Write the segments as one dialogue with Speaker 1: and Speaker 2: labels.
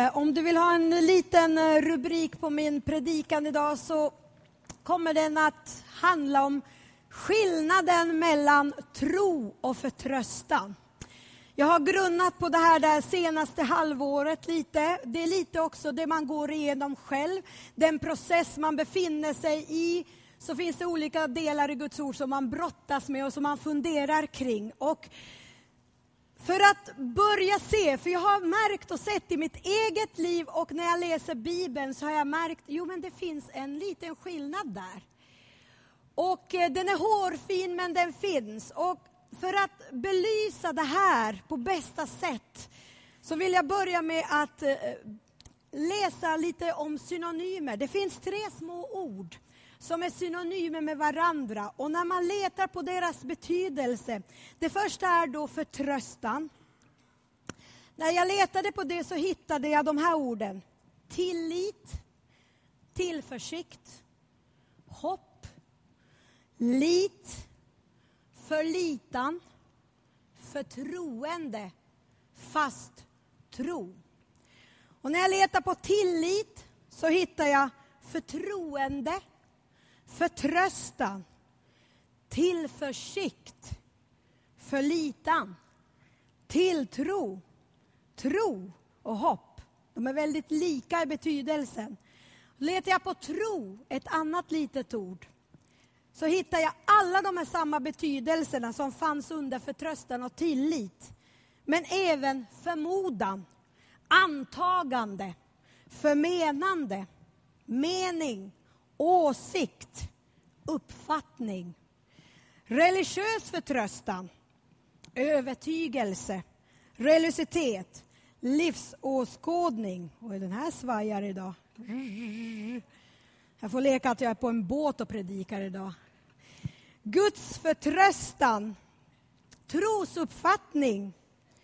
Speaker 1: Om du vill ha en liten rubrik på min predikan idag så kommer den att handla om skillnaden mellan tro och förtröstan. Jag har grunnat på det här det senaste halvåret lite. Det är lite också det man går igenom själv. Den process man befinner sig i. Så finns det olika delar i Guds ord som man brottas med och som man funderar kring. Och för att börja se, för jag har märkt och sett i mitt eget liv och när jag läser Bibeln så har jag märkt, men det finns en liten skillnad där. Och den är hårfin men den finns. Och för att belysa det här på bästa sätt så vill jag börja med att läsa lite om synonymer. Det finns 3 små ord som är synonymer med varandra. Och när man letar på deras betydelse. Det första är då förtröstan. När jag letade på det så hittade jag de här orden. Tillit, tillförsikt, hopp, lit, förlitan, förtroende, fast tro. Och när jag letar på tillit så hittar jag förtroende, förtröstan, tillförsikt, förlitan, tilltro, tro och hopp. De är väldigt lika i betydelsen. Letar jag på tro, ett annat litet ord, så hittar jag alla de här samma betydelserna som fanns under förtröstan och tillit. Men även förmodan, antagande, förmenande, mening, åsikt, uppfattning, religiös förtröstan, övertygelse, religiositet, livsåskådning. Och den här svajar idag. Jag får leka att jag är på en båt och predikar idag. Guds förtröstan, trosuppfattning,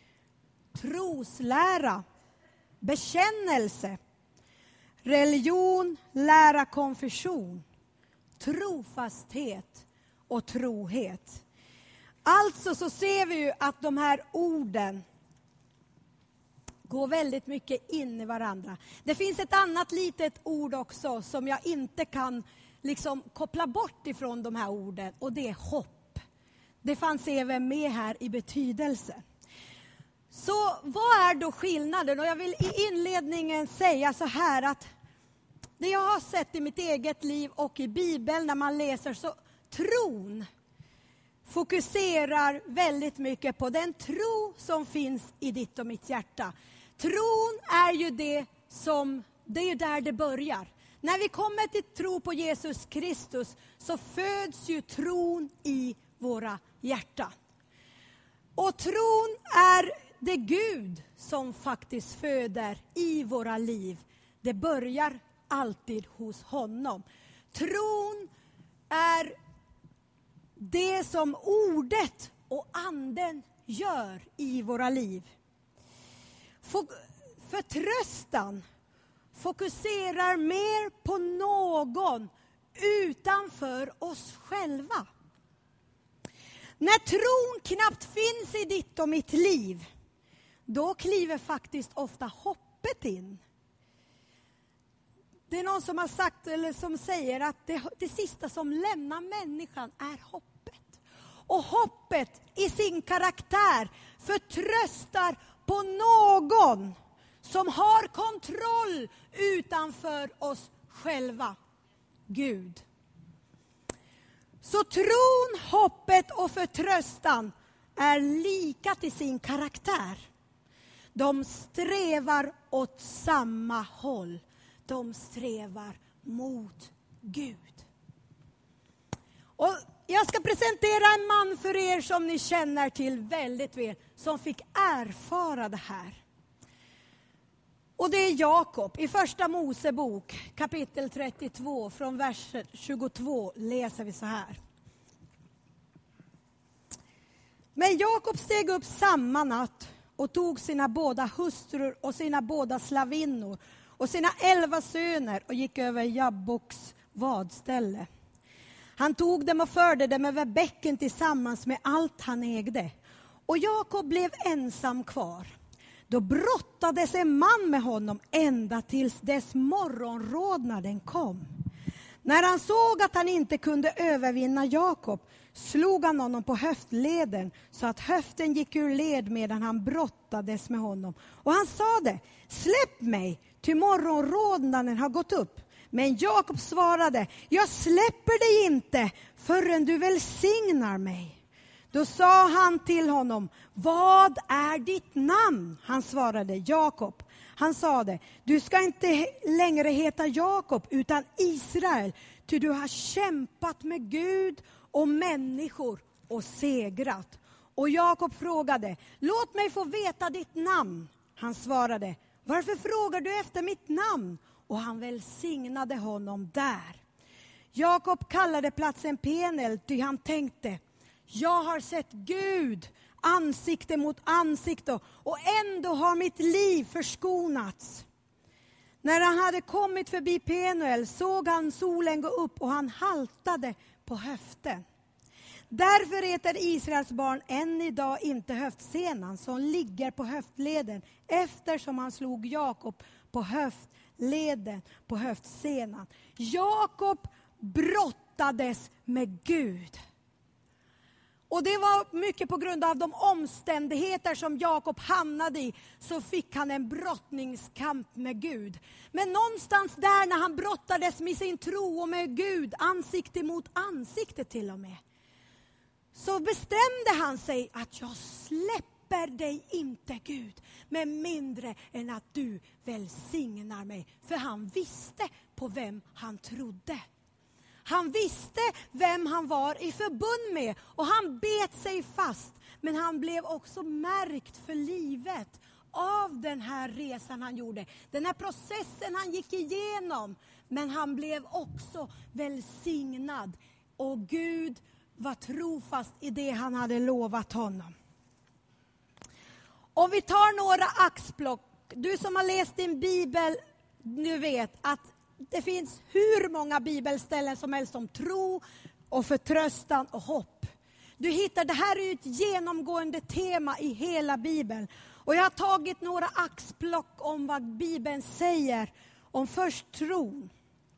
Speaker 1: troslära, bekännelse, religion, lära, konfession, trofasthet och trohet. Alltså så ser vi ju att de här orden går väldigt mycket in i varandra. Det finns ett annat litet ord också som jag inte kan koppla bort ifrån de här orden. Och det är hopp. Det fanns även med här i betydelse. Så vad är då skillnaden? Och jag vill i inledningen säga så här att det jag har sett i mitt eget liv och i Bibeln när man läser så tron fokuserar väldigt mycket på den tro som finns i ditt och mitt hjärta. Tron är ju det är där det börjar. När vi kommer till tro på Jesus Kristus så föds ju tron i våra hjärtan. Och tron är det Gud som faktiskt föder i våra liv. Det börjar alltid hos honom. Tron är det som ordet och anden gör i våra liv. Förtröstan fokuserar mer på någon utanför oss själva. När tron knappt finns i ditt och mitt liv, då kliver faktiskt ofta hoppet in. Det är någon som har sagt eller som säger att det sista som lämnar människan är hoppet. Och hoppet i sin karaktär förtröstar på någon som har kontroll utanför oss själva. Gud. Så tron, hoppet och förtröstan är lika till sin karaktär. De strävar åt samma håll. De strävar mot Gud. Och jag ska presentera en man för er som ni känner till väldigt väl. Som fick erfara det här. Och det är Jakob. I första Mosebok kapitel 32 från vers 22 läser vi så här. Men Jakob steg upp samma natt och tog sina båda hustrur och sina båda slavinnor och sina 11 söner och gick över Jabboks vadställe. Han tog dem och förde dem över bäcken tillsammans med allt han ägde. Och Jakob blev ensam kvar. Då brottades en man med honom ända tills dess morgonrodnaden kom. När han såg att han inte kunde övervinna Jakob slog han honom på höftleden så att höften gick ur led medan han brottades med honom. Och han sade, släpp mig, ty morgonrodnaden har gått upp. Men Jakob svarade, jag släpper dig inte förrän du välsignar mig. Då sa han till honom, vad är ditt namn? Han svarade, Jakob. Han sade, du ska inte längre heta Jakob utan Israel, ty du har kämpat med Gud och människor och segrat. Och Jakob frågade, låt mig få veta ditt namn. Han svarade, varför frågar du efter mitt namn? Och han välsignade honom där. Jakob kallade platsen Penel, ty han tänkte, jag har sett Gud ansikte mot ansikte och ändå har mitt liv förskonats. När han hade kommit förbi Penuel såg han solen gå upp och han haltade på höften. Därför heter Israels barn än idag inte höftsenan som ligger på höftleden, eftersom han slog Jakob på höftleden, på höftsenan. Jakob brottades med Gud. Och det var mycket på grund av de omständigheter som Jakob hamnade i, så fick han en brottningskamp med Gud. Men någonstans där när han brottades med sin tro och med Gud, ansikte mot ansikte till och med, så bestämde han sig att jag släpper dig inte, Gud, med mindre än att du välsignar mig. För han visste på vem han trodde. Han visste vem han var i förbund med och han bet sig fast. Men han blev också märkt för livet av den här resan han gjorde. Den här processen han gick igenom. Men han blev också välsignad. Och Gud var trofast i det han hade lovat honom. Om vi tar några axplock. Du som har läst din bibel, nu vet att det finns hur många bibelställen som helst om tro och förtröstan och hopp. Du hittar, det här är ett genomgående tema i hela Bibeln. Och jag har tagit några axplock om vad Bibeln säger om först tron.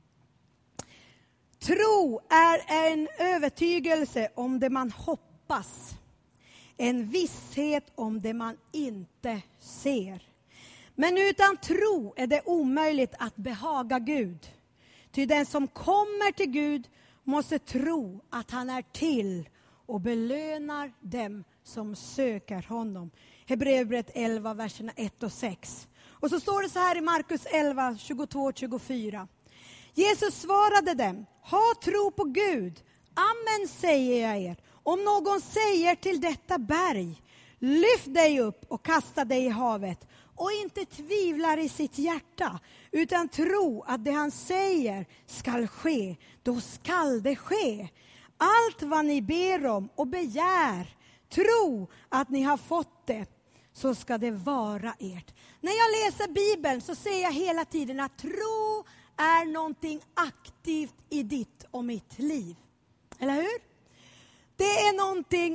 Speaker 1: Tro är en övertygelse om det man hoppas. En visshet om det man inte ser. Men utan tro är det omöjligt att behaga Gud. Ty den som kommer till Gud måste tro att han är till och belönar dem som söker honom. Hebreerbrevet 11, verserna 1 och 6. Och så står det så här i Markus 11, 22-24. Jesus svarade dem, ha tro på Gud. Amen säger jag er. Om någon säger till detta berg, lyft dig upp och kasta dig i havet. Och inte tvivlar i sitt hjärta, utan tro att det han säger skall ske. Då skall det ske. Allt vad ni ber om och begär, tro att ni har fått det, så ska det vara ert. När jag läser Bibeln så ser jag hela tiden att tro är någonting aktivt i ditt och mitt liv. Eller hur? Det är någonting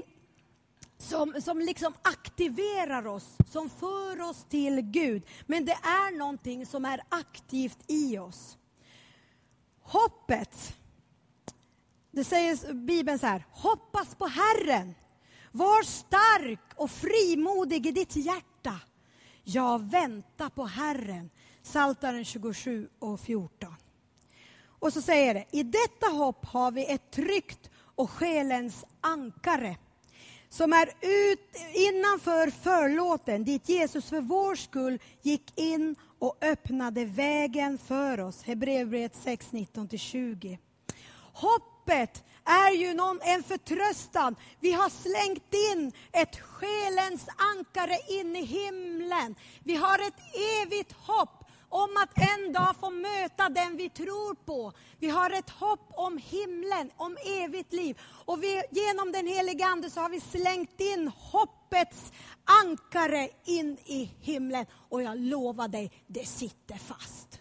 Speaker 1: som liksom aktiverar oss, som för oss till Gud. Men det är någonting som är aktivt i oss. Hoppet, det säger Bibeln så här, hoppas på Herren. Var stark och frimodig i ditt hjärta. Jag väntar på Herren. Psaltaren 27 och 14. Och så säger det, i detta hopp har vi ett tryggt och själens ankare. Som är innanför förlåten, dit Jesus för vår skull gick in och öppnade vägen för oss. Hebreerbrevet 6, 19-20. Hoppet är ju en förtröstan. Vi har slängt in ett själens ankare in i himlen. Vi har ett evigt hopp om att en dag få möta den vi tror på. Vi har ett hopp om himlen, om evigt liv. Och genom den heliga Ande så har vi slängt in hoppets ankare in i himlen. Och jag lovar dig, det sitter fast.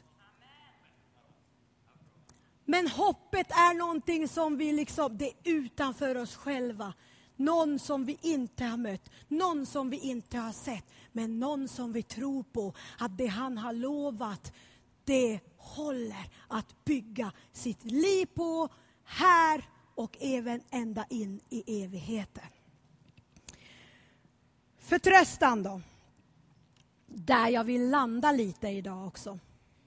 Speaker 1: Men hoppet är någonting som vi det är utanför oss själva. Någon som vi inte har mött, någon som vi inte har sett, men någon som vi tror på att det han har lovat, det håller att bygga sitt liv på här och även ända in i evigheten. Förtröstan då. Där jag vill landa lite idag också.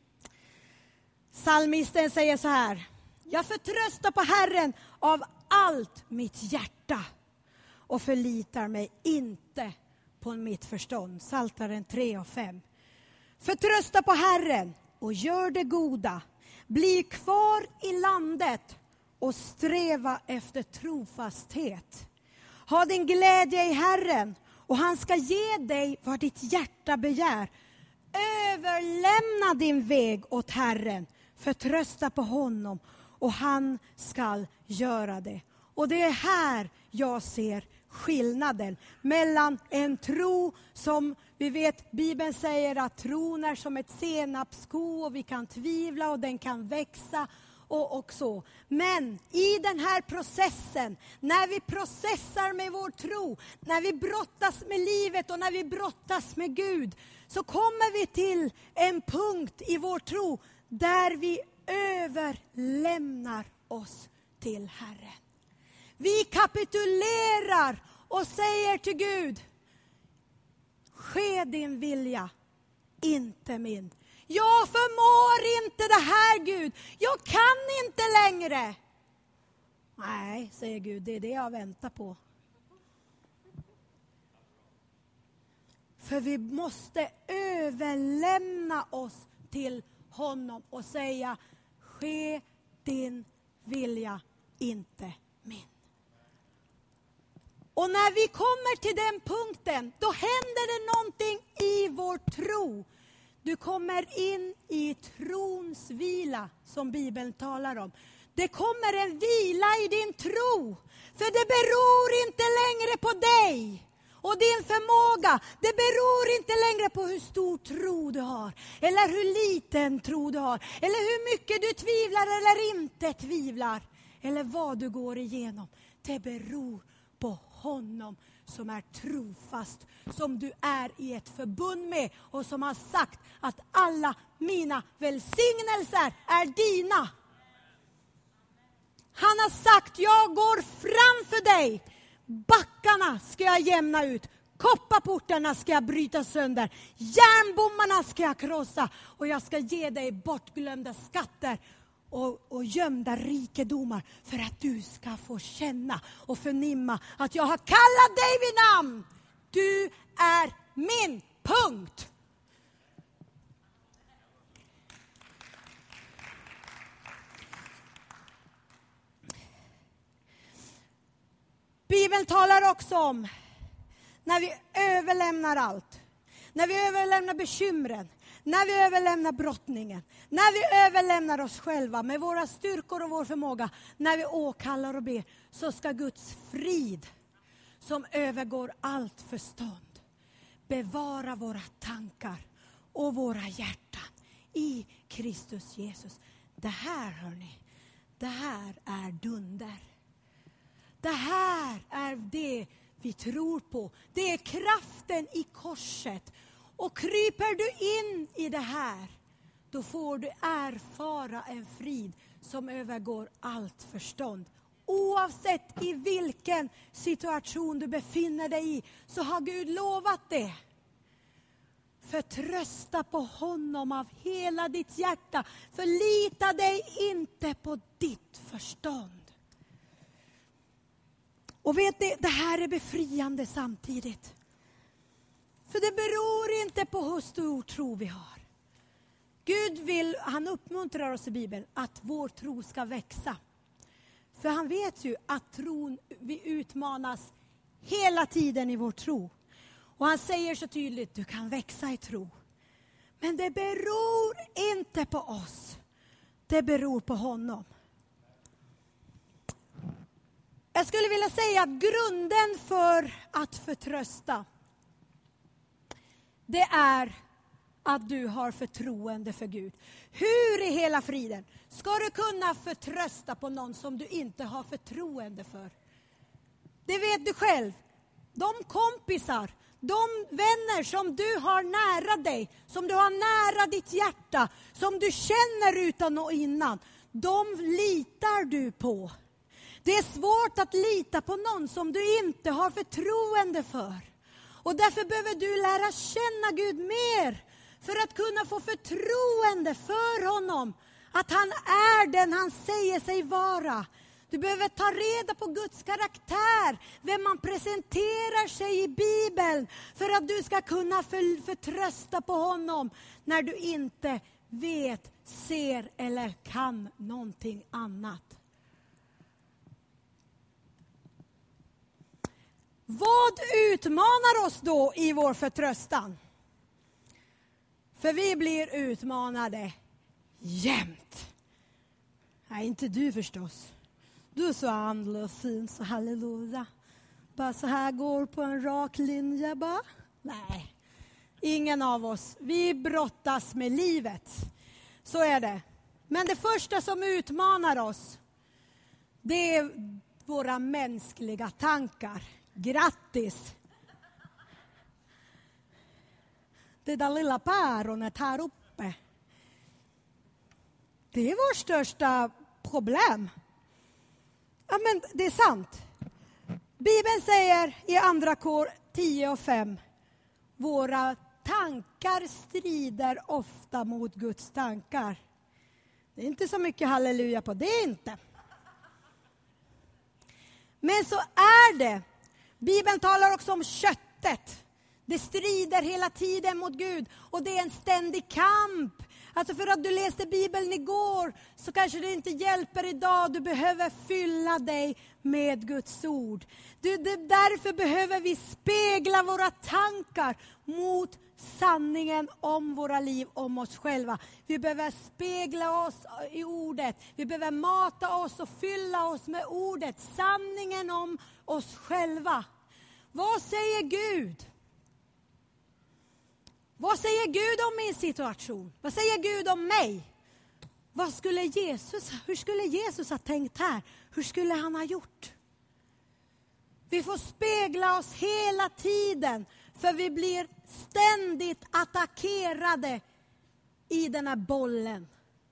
Speaker 1: Psalmisten säger så här: jag förtröstar på Herren av allt mitt hjärta och förlitar mig inte på mitt förstånd. Psaltaren 3:5. Förtrösta på Herren och gör det goda. Bli kvar i landet och sträva efter trofasthet. Ha din glädje i Herren och han ska ge dig vad ditt hjärta begär. Överlämna din väg åt Herren. Förtrösta på honom och han ska göra det. Och det är här jag ser skillnaden mellan en tro som vi vet, Bibeln säger att tron är som ett senapssko och vi kan tvivla och den kan växa och så. Men i den här processen, när vi processar med vår tro, när vi brottas med livet och när vi brottas med Gud, så kommer vi till en punkt i vår tro där vi överlämnar oss till Herren. Vi kapitulerar och säger till Gud: ske din vilja, inte min. Jag förmår inte det här, Gud. Jag kan inte längre. Nej, säger Gud, det är det jag väntar på. För vi måste överlämna oss till honom och säga: ske din vilja, inte min. Och när vi kommer till den punkten, då händer det någonting i vår tro. Du kommer in i trons vila, som Bibeln talar om. Det kommer en vila i din tro. För det beror inte längre på dig och din förmåga. Det beror inte längre på hur stor tro du har. Eller hur liten tro du har. Eller hur mycket du tvivlar eller inte tvivlar. Eller vad du går igenom. Det beror på honom som är trofast, som du är i ett förbund med och som har sagt att alla mina välsignelser är dina. Han har sagt: jag går framför dig. Backarna ska jag jämna ut. Kopparportarna ska jag bryta sönder. Järnbommarna ska jag krossa. Och jag ska ge dig bortglömda skatter och gömda rikedomar, för att du ska få känna och förnimma att jag har kallat dig vid namn. Du är min, punkt. Bibeln talar också om när vi överlämnar allt. När vi överlämnar bekymren. När vi överlämnar brottningen. När vi överlämnar oss själva med våra styrkor och vår förmåga. När vi åkallar och ber, så ska Guds frid, som övergår allt förstånd, bevara våra tankar och våra hjärtan i Kristus Jesus. Det här, hörni, det här är dunder. Det här är det vi tror på. Det är kraften i korset. Och kryper du in i det här, då får du erfara en frid som övergår allt förstånd. Oavsett i vilken situation du befinner dig i, så har Gud lovat det. Förtrösta på honom av hela ditt hjärta. Förlita dig inte på ditt förstånd. Och vet ni, det här är befriande samtidigt. För det beror inte på hur stor tro vi har. Gud han uppmuntrar oss i Bibeln att vår tro ska växa. För han vet ju att tron, vi utmanas hela tiden i vår tro. Och han säger så tydligt: du kan växa i tro. Men det beror inte på oss. Det beror på honom. Jag skulle vilja säga att grunden för att förtrösta, det är att du har förtroende för Gud. Hur i hela friden ska du kunna förtrösta på någon som du inte har förtroende för? Det vet du själv. De kompisar, de vänner som du har nära dig, som du har nära ditt hjärta, som du känner utan och innan, de litar du på. Det är svårt att lita på någon som du inte har förtroende för. Och därför behöver du lära känna Gud mer för att kunna få förtroende för honom. Att han är den han säger sig vara. Du behöver ta reda på Guds karaktär, vem man presenterar sig i Bibeln, för att du ska kunna förtrösta på honom när du inte vet, ser eller kan någonting annat. Vad utmanar oss då i vår förtröstan? För vi blir utmanade jämt. Nej, inte du förstås. Du är så andlig och fin, så halleluja. Bara så här går på en rak linje bara. Nej, ingen av oss. Vi brottas med livet. Så är det. Men det första som utmanar oss, det är våra mänskliga tankar. Grattis! Det där lilla päronet här uppe. Det är vårt största problem. Ja, men det är sant. Bibeln säger i andra kor 10:5. Våra tankar strider ofta mot Guds tankar. Det är inte så mycket halleluja på det inte. Men så är det. Bibeln talar också om köttet. Det strider hela tiden mot Gud. Och det är en ständig kamp. Alltså för att du läste Bibeln igår så kanske det inte hjälper idag. Du behöver fylla dig med Guds ord. Därför behöver vi spegla våra tankar mot sanningen om våra liv, om oss själva. Vi behöver spegla oss i ordet. Vi behöver mata oss och fylla oss med ordet. Sanningen om oss själva. Vad säger Gud? Vad säger Gud om min situation? Vad säger Gud om mig? Hur skulle Jesus ha tänkt här? Hur skulle han ha gjort? Vi får spegla oss hela tiden. För vi blir ständigt attackerade i den här bollen.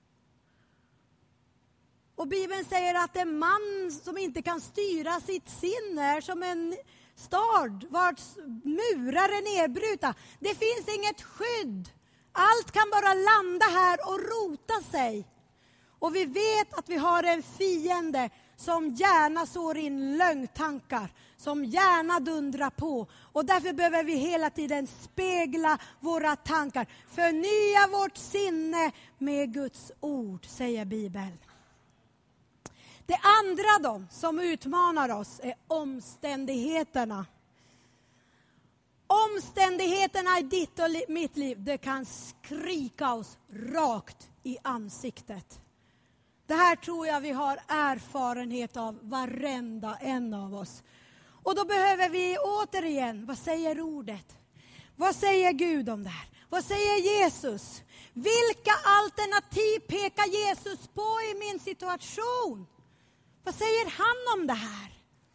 Speaker 1: Och Bibeln säger att en man som inte kan styra sitt sinne är som en stad vars murar är nedbrutna. Det finns inget skydd. Allt kan bara landa här och rota sig. Och vi vet att vi har en fiende som gärna sår in lögntankar. Som gärna dundrar på. Och därför behöver vi hela tiden spegla våra tankar. Förnya vårt sinne med Guds ord, säger Bibeln. Det andra då som utmanar oss är omständigheterna. Omständigheterna i ditt och mitt liv, det kan skrika oss rakt i ansiktet. Det här tror jag vi har erfarenhet av varenda en av oss. Och då behöver vi återigen, vad säger ordet? Vad säger Gud om det här? Vad säger Jesus? Vilka alternativ pekar Jesus på i min situation? Vad säger han om det här?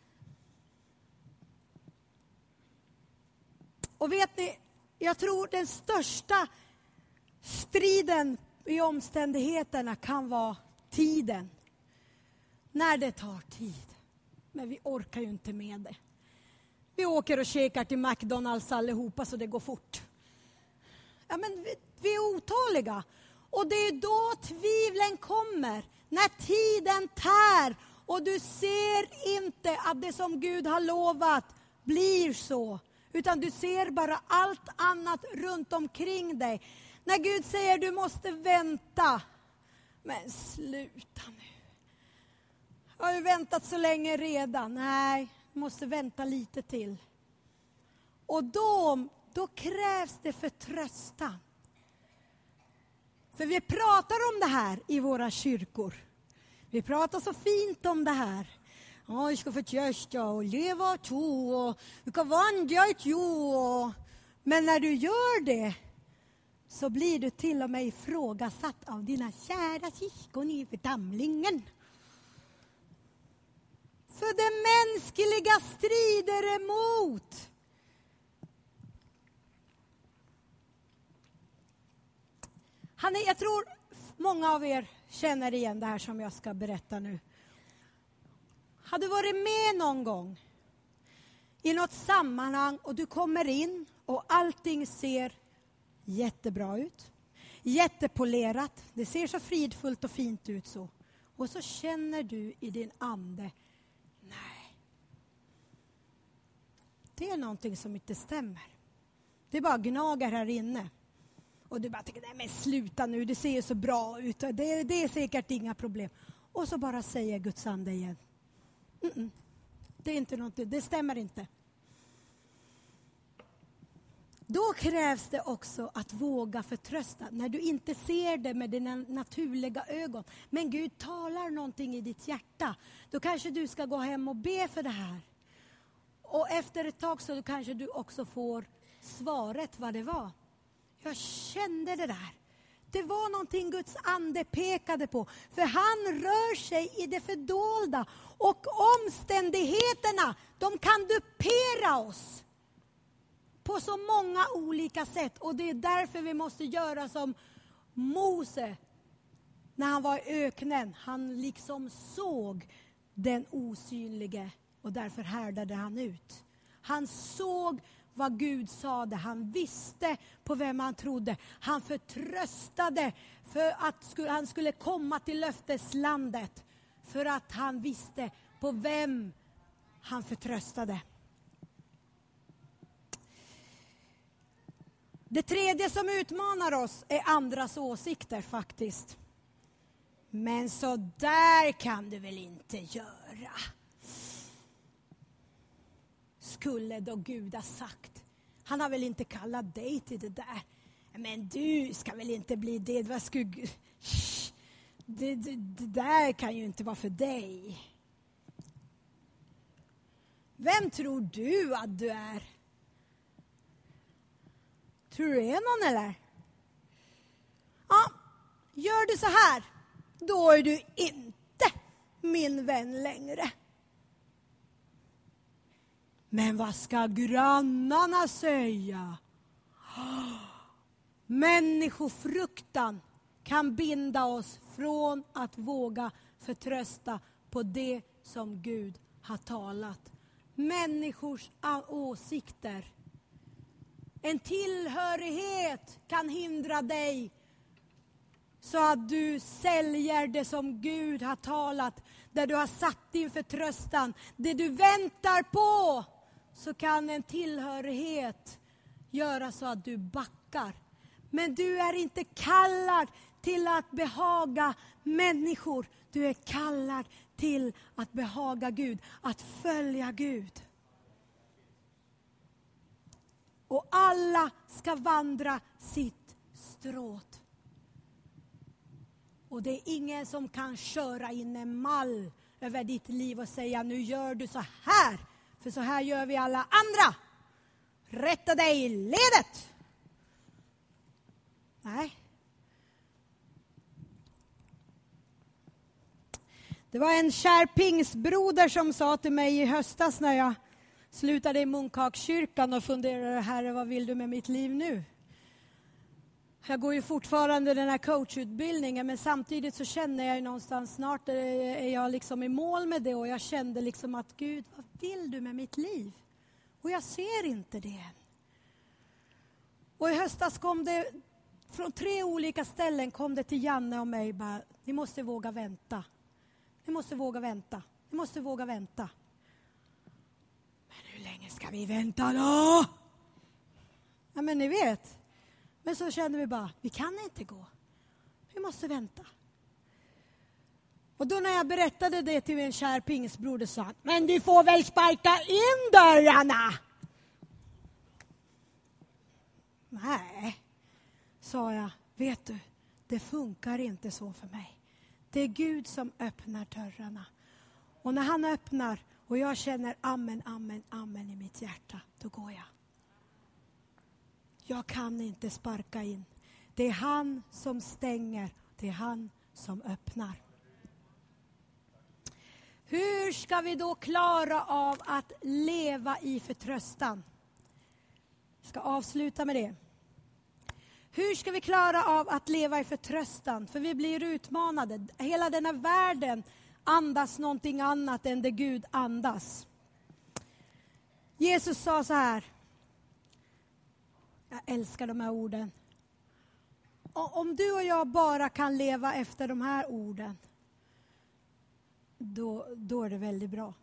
Speaker 1: Och vet ni, jag tror den största striden i omständigheterna kan vara tiden. När det tar tid. Men vi orkar ju inte med det. Vi åker och käkar till McDonalds allihopa så det går fort. Ja, men vi är otåliga. Och det är då tvivlen kommer. När tiden tär och du ser inte att det som Gud har lovat blir så. Utan du ser bara allt annat runt omkring dig. När Gud säger du måste vänta. Men sluta nu. Jag har ju väntat så länge redan. Nej, måste vänta lite till. Och då krävs det förtröstan. För vi pratar om det här i våra kyrkor. Vi pratar så fint om det här. Ja, vi ska förtrösta och leva och tro och vi kan vandra i tro. Men när du gör det så blir du till och med ifrågasatt av dina kära syskon i församlingen. För det mänskliga strider emot. Jag tror många av er känner igen det här som jag ska berätta nu. Har du varit med någon gång i något sammanhang och du kommer in och allting ser jättebra ut? Jättepolerat. Det ser så fridfullt och fint ut så. Och så känner du i din ande, nej. Det är någonting som inte stämmer. Det bara gnagar här inne. Och du bara tänker, nej men sluta nu, det ser ju så bra ut. Det är säkert inga problem. Och så bara säger Guds ande igen. Det är inte någonting, det stämmer inte. Då krävs det också att våga förtrösta. När du inte ser det med dina naturliga ögon. Men Gud talar någonting i ditt hjärta. Då kanske du ska gå hem och be för det här. Och efter ett tag så kanske du också får svaret vad det var. Jag kände det där. Det var någonting Guds ande pekade på. För han rör sig i det fördolda. Och omständigheterna, de kan dupera oss. På så många olika sätt. Och det är därför vi måste göra som Mose. När han var i öknen. Han liksom såg den osynlige. Och därför härdade han ut. Han såg vad Gud sade. Han visste på vem han trodde. Han förtröstade för att han skulle komma till löfteslandet. För att han visste på vem han förtröstade. Det tredje som utmanar oss är andras åsikter faktiskt. Men så där kan du väl inte göra. Skulle då Gud ha sagt. Han har väl inte kallat dig till det där. Men du ska väl inte bli det. Det där kan ju inte vara för dig. Vem tror du att du är? Tror du är någon eller? Ja, gör du så här. Då är du inte min vän längre. Men vad ska grannarna säga? Människofruktan kan binda oss från att våga förtrösta på det som Gud har talat. Människors åsikter. En tillhörighet kan hindra dig så att du säljer det som Gud har talat. Där du har satt din förtröstan. Det du väntar på. Så kan en tillhörighet göra så att du backar. Men du är inte kallad till att behaga människor. Du är kallad till att behaga Gud. Att följa Gud. Och alla ska vandra sitt stråt. Och det är ingen som kan köra in en mall över ditt liv och säga nu gör du så här. För så här gör vi alla andra. Rätta dig i ledet. Nej. Det var en kär pingsbroder som sa till mig i höstas när jag slutade i Munkakskyrkan och funderade, Herre, vad vill du med mitt liv nu? Jag går ju fortfarande den här coachutbildningen, men samtidigt så känner jag någonstans snart är jag liksom i mål med det och jag kände liksom att Gud, vad vill du med mitt liv? Och jag ser inte det än. Och i höstas kom det från 3 olika ställen kom det till Janne och mig bara, ni måste våga vänta. Ni måste våga vänta. Ni måste våga vänta. Men hur länge ska vi vänta då? Ja, men ni vet. Men så kände vi bara, vi kan inte gå. Vi måste vänta. Och då när jag berättade det till min kär pingsbroder sa han, men du får väl sparka in dörrarna? Nej, sa jag, vet du, det funkar inte så för mig. Det är Gud som öppnar dörrarna. Och när han öppnar och jag känner amen, amen, amen i mitt hjärta, då går jag. Jag kan inte sparka in. Det är han som stänger, det är han som öppnar. Hur ska vi då klara av att leva i förtröstan? Jag ska avsluta med det. Hur ska vi klara av att leva i förtröstan? För vi blir utmanade. Hela denna världen andas någonting annat än det Gud andas. Jesus sa så här. Jag älskar de här orden. Om du och jag bara kan leva efter de här orden, då är det väldigt bra.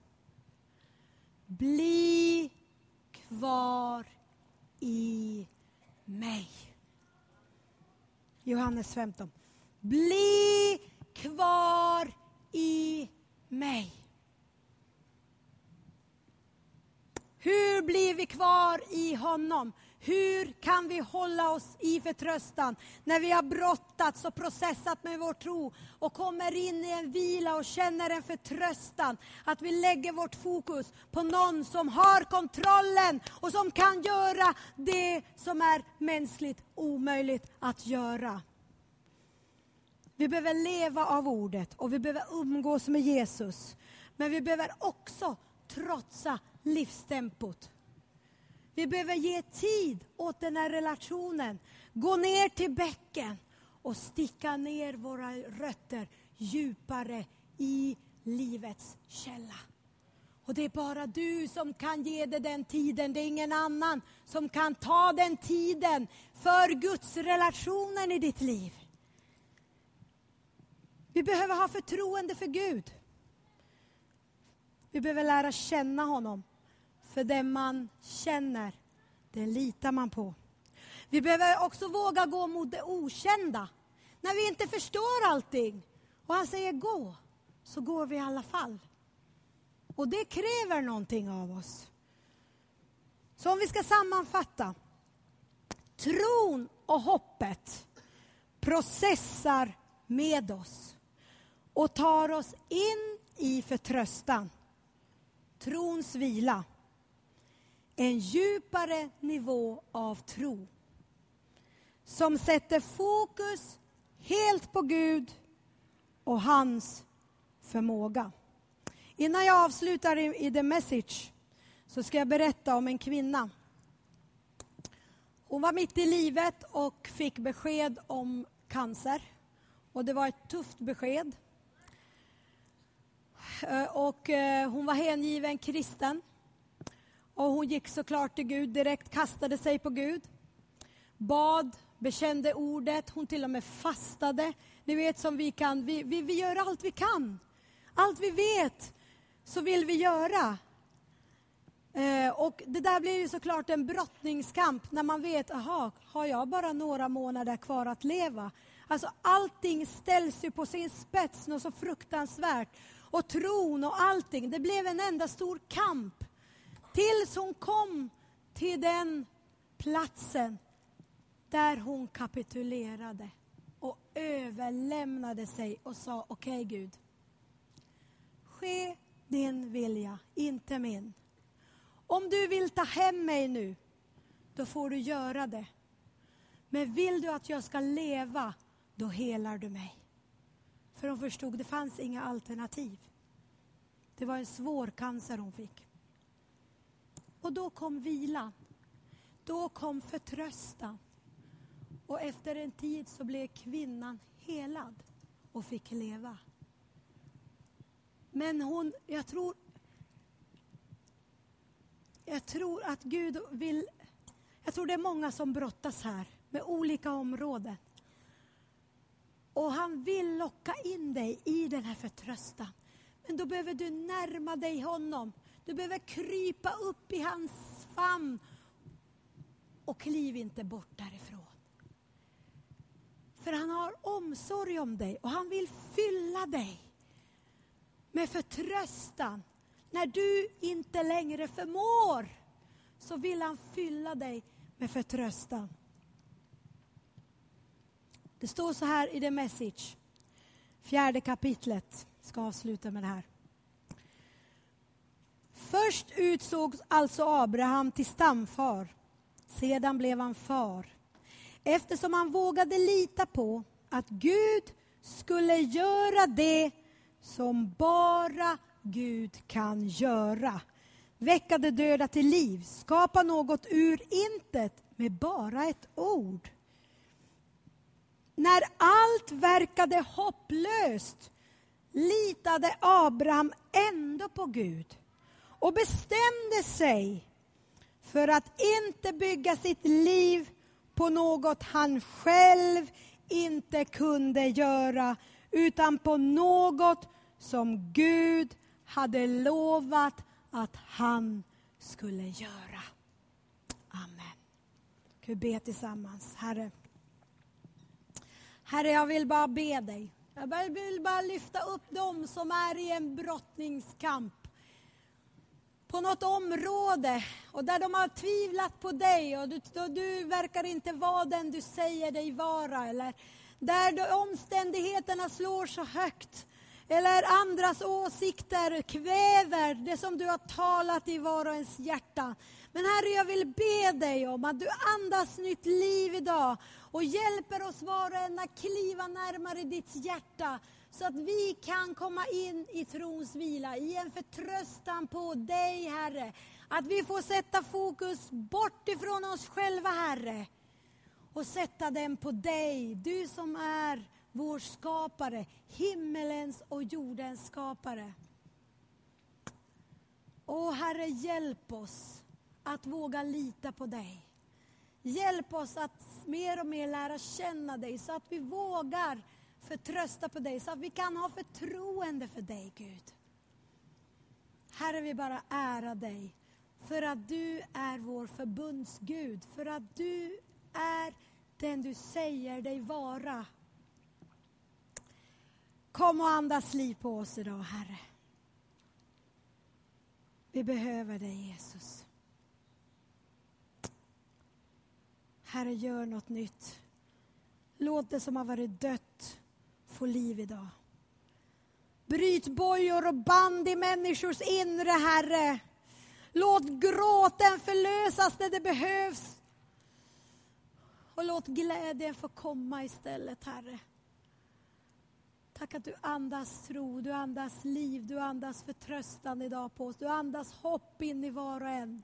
Speaker 1: Bli kvar i mig. Johannes 15. Bli kvar i mig. Hur blir vi kvar i honom? Hur kan vi hålla oss i förtröstan när vi har brottats och processat med vår tro och kommer in i en vila och känner en förtröstan, att vi lägger vårt fokus på någon som har kontrollen och som kan göra det som är mänskligt omöjligt att göra. Vi behöver leva av ordet och vi behöver umgås med Jesus, men vi behöver också trotsa livstempot. Vi behöver ge tid åt den här relationen. Gå ner till bäcken och sticka ner våra rötter djupare i livets källa. Och det är bara du som kan ge det den tiden. Det är ingen annan som kan ta den tiden för Guds relationen i ditt liv. Vi behöver ha förtroende för Gud. Vi behöver lära känna honom. För den man känner, det litar man på. Vi behöver också våga gå mot det okända. När vi inte förstår allting. Och han säger gå, så går vi i alla fall. Och det kräver någonting av oss. Så om vi ska sammanfatta. Tron och hoppet processar med oss. Och tar oss in i förtröstan. Trons vila. En djupare nivå av tro. Som sätter fokus helt på Gud och hans förmåga. Innan jag avslutar i The Message så ska jag berätta om en kvinna. Hon var mitt i livet och fick besked om cancer. Och det var ett tufft besked. Och hon var hängiven kristen. Och hon gick såklart till Gud direkt, kastade sig på Gud. Bad, bekände ordet, hon till och med fastade. Ni vet som vi kan, vi gör allt vi kan. Allt vi vet så vill vi göra. Och det där blir ju såklart en brottningskamp när man vet, aha, har jag bara några månader kvar att leva? Alltså allting ställs ju på sin spets, något så fruktansvärt. Och tron och allting, det blev en enda stor kamp. Tills hon kom till den platsen där hon kapitulerade och överlämnade sig och sa, okej Gud, ske din vilja, inte min. Om du vill ta hem mig nu, då får du göra det. Men vill du att jag ska leva, då helar du mig. För hon förstod, det fanns inga alternativ. Det var en svår cancer hon fick. Och då kom vilan. Då kom förtröstan. Och efter en tid så blev kvinnan helad och fick leva. Men jag tror att Gud vill, jag tror det är många som brottas här med olika områden. Och han vill locka in dig i den här förtröstan. Men då behöver du närma dig honom. Du behöver krypa upp i hans famn. Och kliv inte bort därifrån. För han har omsorg om dig. Och han vill fylla dig med förtröstan. När du inte längre förmår, så vill han fylla dig med förtröstan. Det står så här i The Message. 4:e kapitlet. Ska avsluta med det här. Först utsågs alltså Abraham till stamfar. Sedan blev han far. Eftersom han vågade lita på att Gud skulle göra det som bara Gud kan göra. Väcka de döda till liv, skapa något ur intet med bara ett ord. När allt verkade hopplöst litade Abraham ändå på Gud och bestämde sig för att inte bygga sitt liv på något han själv inte kunde göra, utan på något som Gud hade lovat att han skulle göra. Amen. Vi ber tillsammans. Herre, jag vill bara be dig. Jag vill bara lyfta upp dem som är i en brottningskamp på något område och där de har tvivlat på dig och du verkar inte vara den du säger dig vara, eller där omständigheterna slår så högt eller andras åsikter kväver det som du har talat i var och ens hjärta. Men Herre, jag vill be dig om att du andas nytt liv idag och hjälper oss var och en att kliva närmare ditt hjärta, så att vi kan komma in i trons vila, i en förtröstan på dig, Herre. Att vi får sätta fokus bort ifrån oss själva, Herre, och sätta den på dig. Du som är vår skapare, himmelens och jordens skapare. Åh Herre, hjälp oss att våga lita på dig. Hjälp oss att mer och mer lära känna dig, så att vi vågar förtrösta på dig, så att vi kan ha förtroende för dig, Gud. Herre, vi bara ära dig för att du är vår förbundsgud, för att du är den du säger dig vara. Kom och andas liv på oss idag, Herre. Vi behöver dig, Jesus. Herre, gör något nytt. Låt det som har varit dött få liv idag. Bryt bojor och band i människors inre, Herre. Låt gråten förlösas där det behövs. Och låt glädjen få komma istället, Herre. Tack att du andas tro, du andas liv, du andas förtröstan idag på oss. Du andas hopp in i var och en.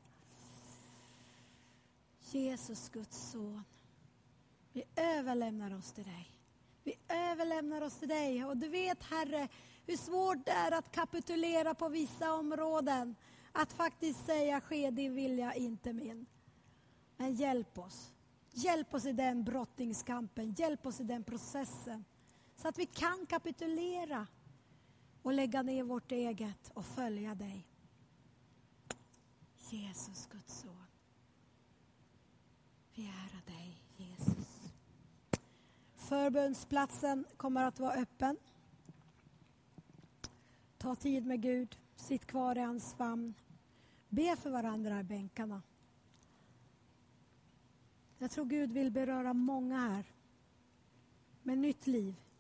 Speaker 1: Jesus, Guds son. Vi överlämnar oss till dig. Vi överlämnar oss till dig. Och du vet, Herre, hur svårt det är att kapitulera på vissa områden. Att faktiskt säga, ske din vilja, inte min. Men hjälp oss. Hjälp oss i den brottningskampen. Hjälp oss i den processen. Så att vi kan kapitulera och lägga ner vårt eget och följa dig. Jesus, Guds son. Vi ärar dig, Jesus. Förbönsplatsen kommer att vara öppen. Ta tid med Gud. Sitt kvar i hans famn. Be för varandra i bänkarna. Jag tror Gud vill beröra många här med nytt liv.